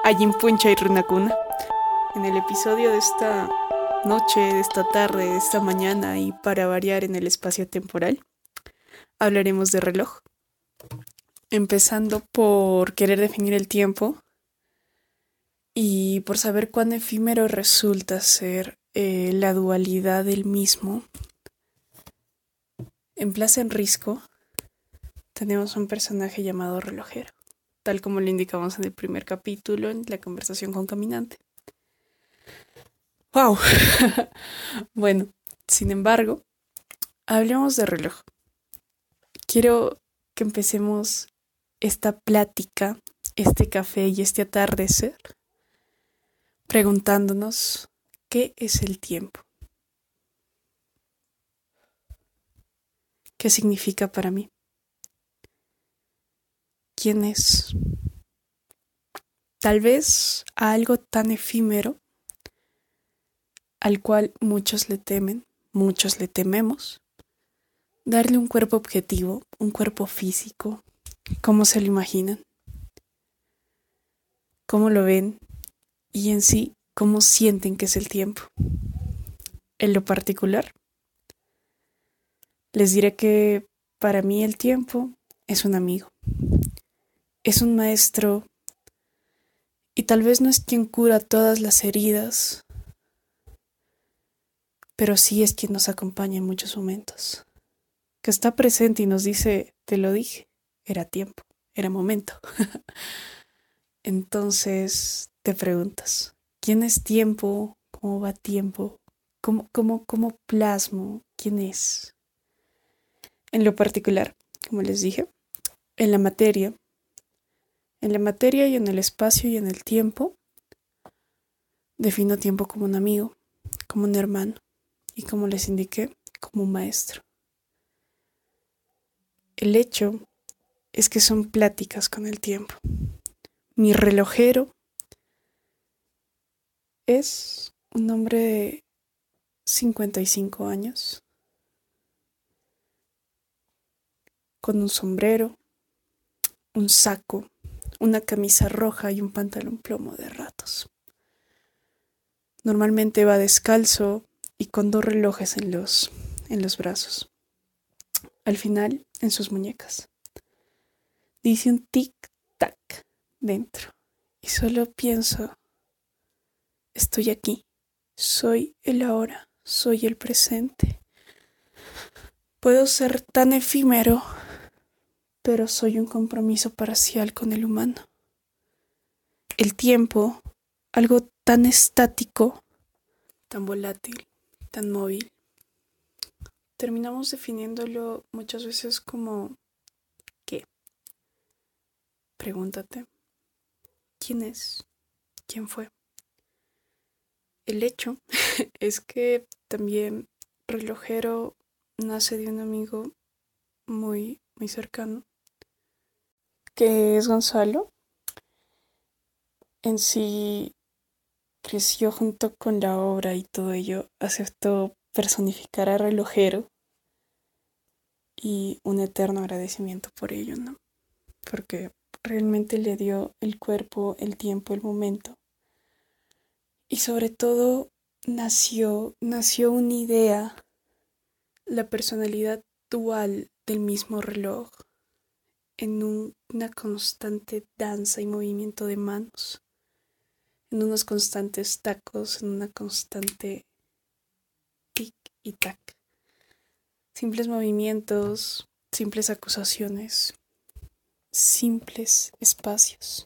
Ajin Puncha y Runakuna. En el episodio de esta noche, de esta tarde, de esta mañana y para variar en el espacio temporal, hablaremos de reloj. Empezando por querer definir el tiempo y por saber cuán efímero resulta ser la dualidad del mismo. En Plaza en Risco tenemos un personaje llamado relojero, tal como lo indicamos en el primer capítulo en la conversación con Caminante. ¡Wow! Bueno, sin embargo, hablemos de reloj. Quiero que empecemos esta plática, este café y este atardecer preguntándonos ¿qué es el tiempo? ¿Qué significa para mí? ¿Quién es? Tal vez a algo tan efímero al cual muchos le temen, muchos le tememos, darle un cuerpo objetivo, un cuerpo físico, ¿cómo se lo imaginan? ¿Cómo lo ven? Y en sí, ¿cómo sienten que es el tiempo? En lo particular, les diré que para mí el tiempo es un amigo, es un maestro y tal vez no es quien cura todas las heridas, pero sí es quien nos acompaña en muchos momentos, que está presente y nos dice, te lo dije, era tiempo, era momento. Entonces te preguntas, ¿quién es tiempo? ¿Cómo va tiempo? ¿Cómo plasmo? ¿Quién es? En lo particular, como les dije, en la materia, en la materia y en el espacio y en el tiempo, defino tiempo como un amigo, como un hermano y como les indiqué, como un maestro. El hecho es que son pláticas con el tiempo. Mi relojero es un hombre de 55 años, con un sombrero, un saco, una camisa roja y un pantalón plomo de ratos. Normalmente va descalzo y con dos relojes en los brazos. Al final, en sus muñecas. Dice un tic-tac dentro. Y solo pienso, estoy aquí. Soy el ahora. Soy el presente. Puedo ser tan efímero, pero soy un compromiso parcial con el humano. El tiempo, algo tan estático, tan volátil, tan móvil. Terminamos definiéndolo muchas veces como ¿qué? Pregúntate, ¿quién es? ¿Quién fue? El hecho es que también relojero nace de un amigo muy cercano, que es Gonzalo. En sí creció junto con la obra y todo ello, aceptó personificar a relojero y un eterno agradecimiento por ello, ¿no? Porque realmente le dio el cuerpo, el tiempo, el momento. Y sobre todo nació una idea, la personalidad dual del mismo reloj, en una constante danza y movimiento de manos, en unos constantes tacos, en una constante tic y tac. Simples movimientos, simples acusaciones, simples espacios.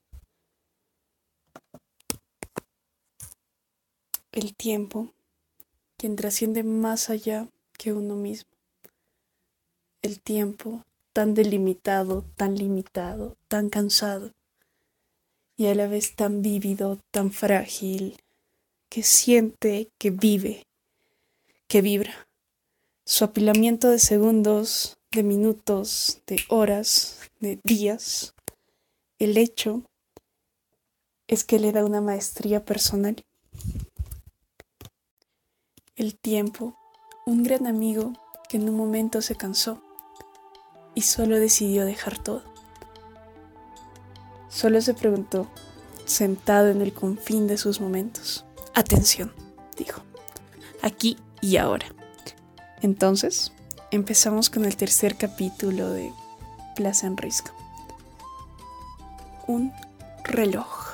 El tiempo, quien trasciende más allá que uno mismo. El tiempo, tan delimitado, tan limitado, tan cansado, y a la vez tan vívido, tan frágil, que siente, que vive, que vibra. Su apilamiento de segundos, de minutos, de horas, de días, el hecho es que le da una maestría personal. El tiempo, un gran amigo que en un momento se cansó y solo decidió dejar todo. Solo se preguntó, sentado en el confín de sus momentos. Atención, dijo, aquí y ahora. Entonces, empezamos con el tercer capítulo de Plaza en Risco. Un reloj.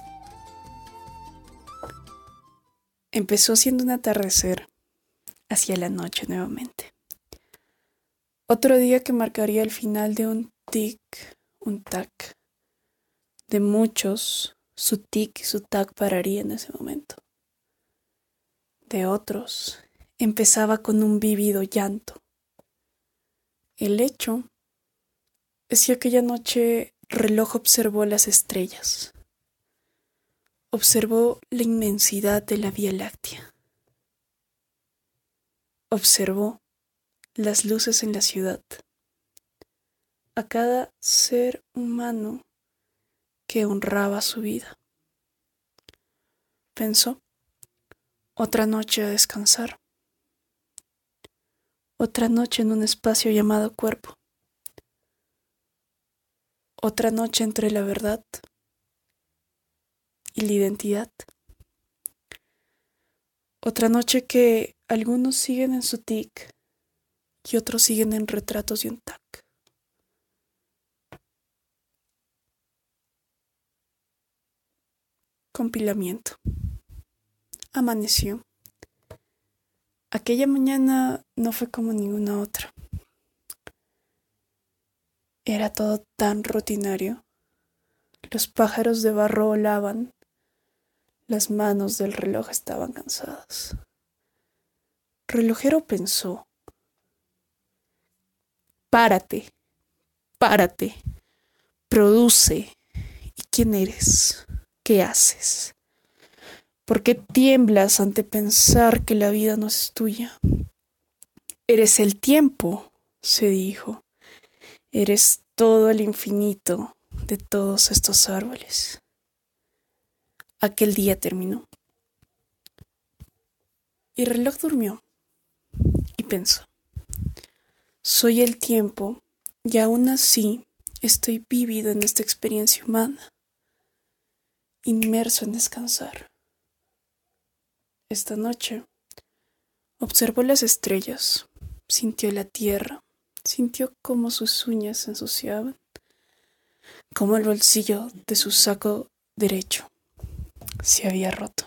Empezó siendo un atardecer hacia la noche nuevamente. Otro día que marcaría el final de un tic, un tac. De muchos, su tic y su tac pararía en ese momento. De otros, empezaba con un vívido llanto. El hecho es que aquella noche reloj observó las estrellas. Observó la inmensidad de la Vía Láctea. Observó las luces en la ciudad. A cada ser humano que honraba su vida. Pensó, otra noche a descansar. Otra noche en un espacio llamado cuerpo. Otra noche entre la verdad y la identidad. Otra noche que algunos siguen en su tic y otros siguen en retratos de un tac. Compilamiento. Amaneció. Aquella mañana no fue como ninguna otra. Era todo tan rutinario. Los pájaros de barro volaban. Las manos del reloj estaban cansadas. Relojero pensó. Párate, párate, produce. ¿Y quién eres? ¿Qué haces? ¿Por qué tiemblas ante pensar que la vida no es tuya? Eres el tiempo, se dijo. Eres todo el infinito de todos estos árboles. Aquel día terminó. Y el reloj durmió y pensó. Soy el tiempo y aún así estoy vívido en esta experiencia humana, inmerso en descansar. Esta noche observó las estrellas, sintió la tierra, sintió cómo sus uñas se ensuciaban, cómo el bolsillo de su saco derecho se había roto.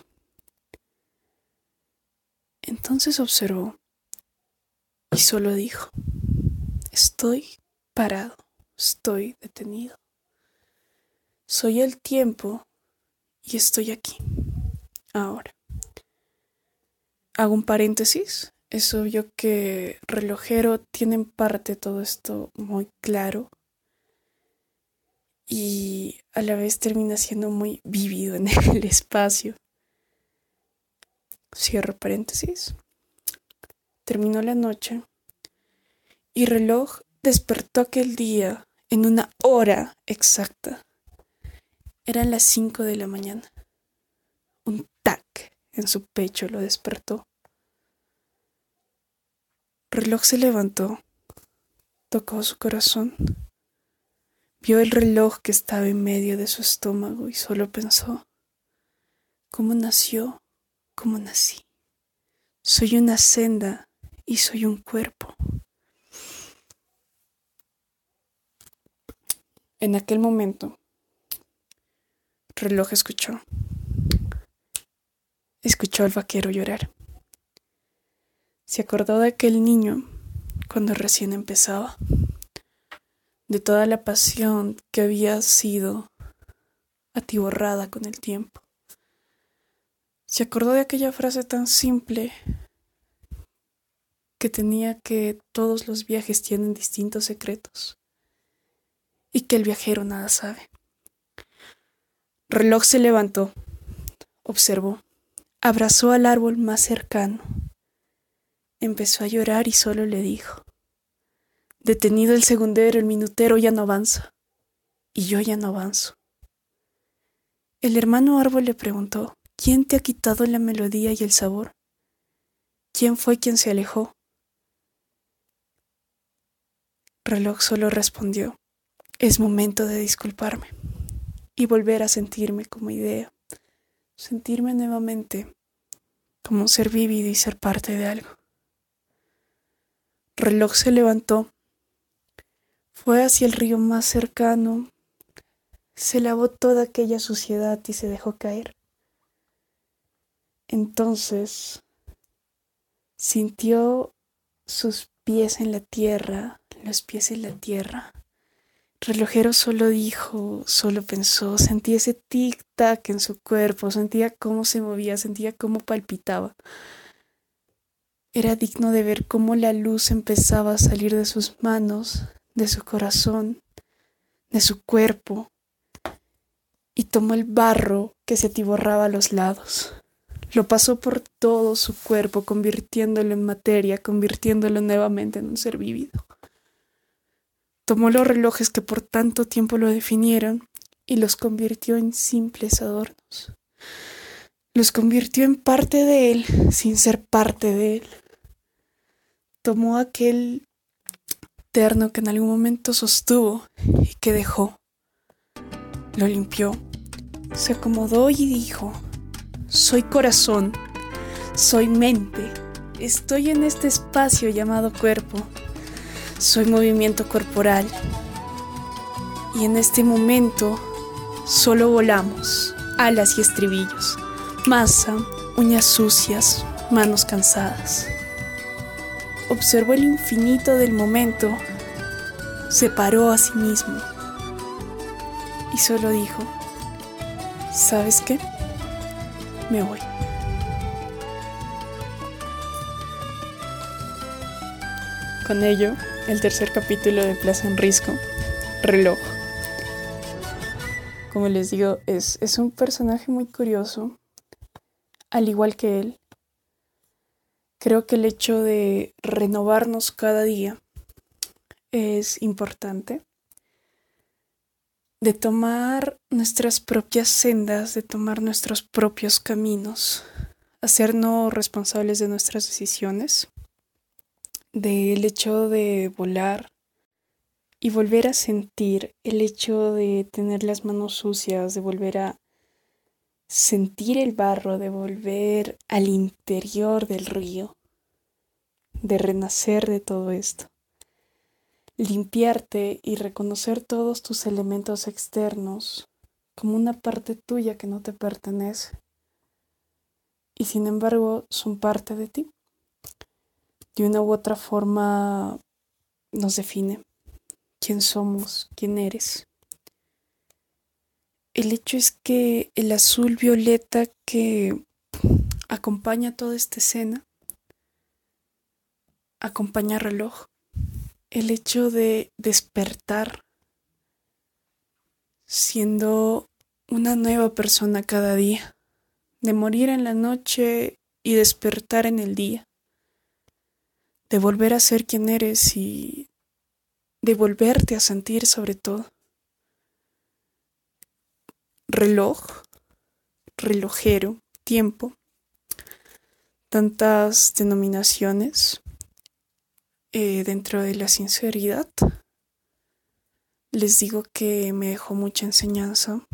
Entonces observó y solo dijo, estoy parado, estoy detenido. Soy el tiempo y estoy aquí, ahora. Hago un paréntesis. Es obvio que relojero tiene en parte todo esto muy claro y a la vez termina siendo muy vívido en el espacio. Cierro paréntesis. Terminó la noche y reloj despertó aquel día en una hora exacta. Eran las 5 de la mañana. Un tac en su pecho lo despertó. Reloj se levantó, tocó su corazón, vio el reloj que estaba en medio de su estómago y solo pensó, ¿cómo nació? ¿Cómo nací? Soy una senda y soy un cuerpo. En aquel momento, reloj escuchó al vaquero llorar. Se acordó de aquel niño cuando recién empezaba, de toda la pasión que había sido atiborrada con el tiempo. Se acordó de aquella frase tan simple que tenía que todos los viajes tienen distintos secretos y que el viajero nada sabe. Reloj se levantó, observó, abrazó al árbol más cercano, empezó a llorar y solo le dijo, detenido el segundero, el minutero ya no avanza y yo ya no avanzo. El hermano árbol le preguntó, ¿quién te ha quitado la melodía y el sabor? ¿Quién fue quien se alejó? Reloj solo respondió, es momento de disculparme. y volver a sentirme como idea, sentirme nuevamente como ser vivido y ser parte de algo. Reloj se levantó, fue hacia el río más cercano, se lavó toda aquella suciedad y se dejó caer. Entonces sintió sus pies en la tierra, los pies en la tierra. Relojero solo dijo, solo pensó, sentía ese tic-tac en su cuerpo, sentía cómo se movía, sentía cómo palpitaba. Era digno de ver cómo la luz empezaba a salir de sus manos, de su corazón, de su cuerpo, y tomó el barro que se atiborraba a los lados. Lo pasó por todo su cuerpo, convirtiéndolo en materia, convirtiéndolo nuevamente en un ser vivido. Tomó los relojes que por tanto tiempo lo definieron y los convirtió en simples adornos. Los convirtió en parte de él sin ser parte de él. Tomó aquel terno que en algún momento sostuvo y que dejó. Lo limpió, se acomodó y dijo: soy corazón, soy mente, estoy en este espacio llamado cuerpo, soy movimiento corporal y en este momento solo volamos, alas y estribillos, masa, uñas sucias, manos cansadas. Observó el infinito del momento, se paró a sí mismo y solo dijo: ¿sabes qué? Me voy. Con ello, el tercer capítulo de Plaza en Risco, Reloj. Como les digo, es un personaje muy curioso, al igual que él. Creo que el hecho de renovarnos cada día es importante, de tomar nuestras propias sendas, de tomar nuestros propios caminos, hacernos responsables de nuestras decisiones, del hecho de volar y volver a sentir, el hecho de tener las manos sucias, de volver a sentir el barro, de volver al interior del río, de renacer de todo esto. Limpiarte y reconocer todos tus elementos externos como una parte tuya que no te pertenece y sin embargo son parte de ti. De una u otra forma nos define quién somos, quién eres. El hecho es que el azul violeta que acompaña toda esta escena acompaña Reloj. El hecho de despertar siendo una nueva persona cada día, de morir en la noche y despertar en el día, de volver a ser quien eres y de volverte a sentir sobre todo. Reloj, relojero, tiempo, tantas denominaciones dentro de la sinceridad. Les digo que me dejó mucha enseñanza,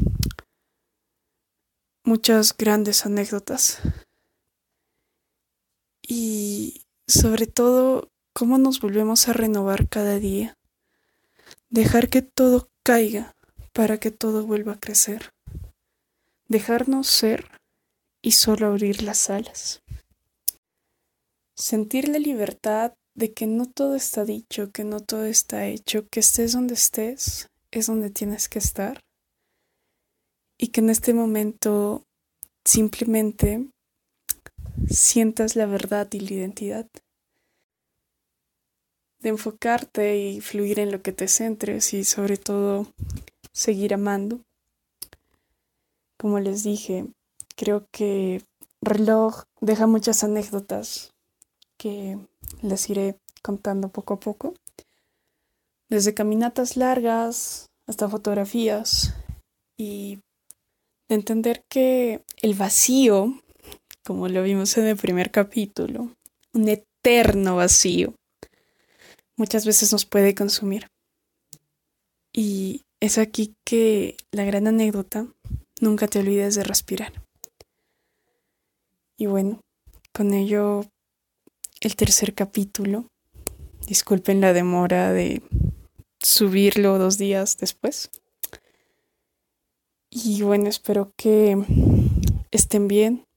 muchas grandes anécdotas y sobre todo cómo nos volvemos a renovar cada día, dejar que todo caiga para que todo vuelva a crecer, dejarnos ser y solo abrir las alas, sentir la libertad de que no todo está dicho, que no todo está hecho, que estés donde estés, es donde tienes que estar y que en este momento simplemente sientas la verdad y la identidad, de enfocarte y fluir en lo que te centres y sobre todo seguir amando. Como les dije, creo que Reloj deja muchas anécdotas que les iré contando poco a poco, desde caminatas largas hasta fotografías y de entender que el vacío, como lo vimos en el primer capítulo, un eterno vacío, muchas veces nos puede consumir. Y Es aquí que la gran anécdota, nunca te olvides de respirar. Y bueno, con ello el tercer capítulo. Disculpen la demora de subirlo 2 días después. Y bueno, espero que estén bien.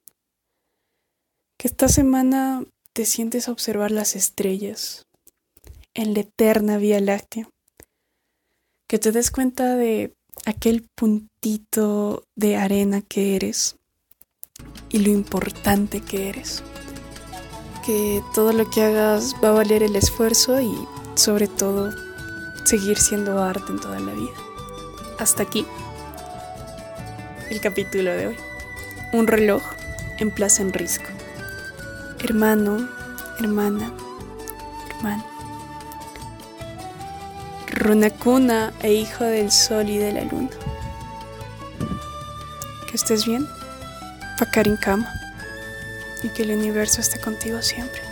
Que esta semana te sientes a observar las estrellas en la eterna Vía Láctea. Que te des cuenta de aquel puntito de arena que eres y lo importante que eres. Que todo lo que hagas va a valer el esfuerzo y sobre todo seguir siendo arte en toda la vida. Hasta aquí el capítulo de hoy. Un reloj en Plaza en Risco. Hermano, hermana, hermano. Runacuna e hijo del sol y de la luna. Que estés bien, Pakarin Kama, y que el universo esté contigo siempre.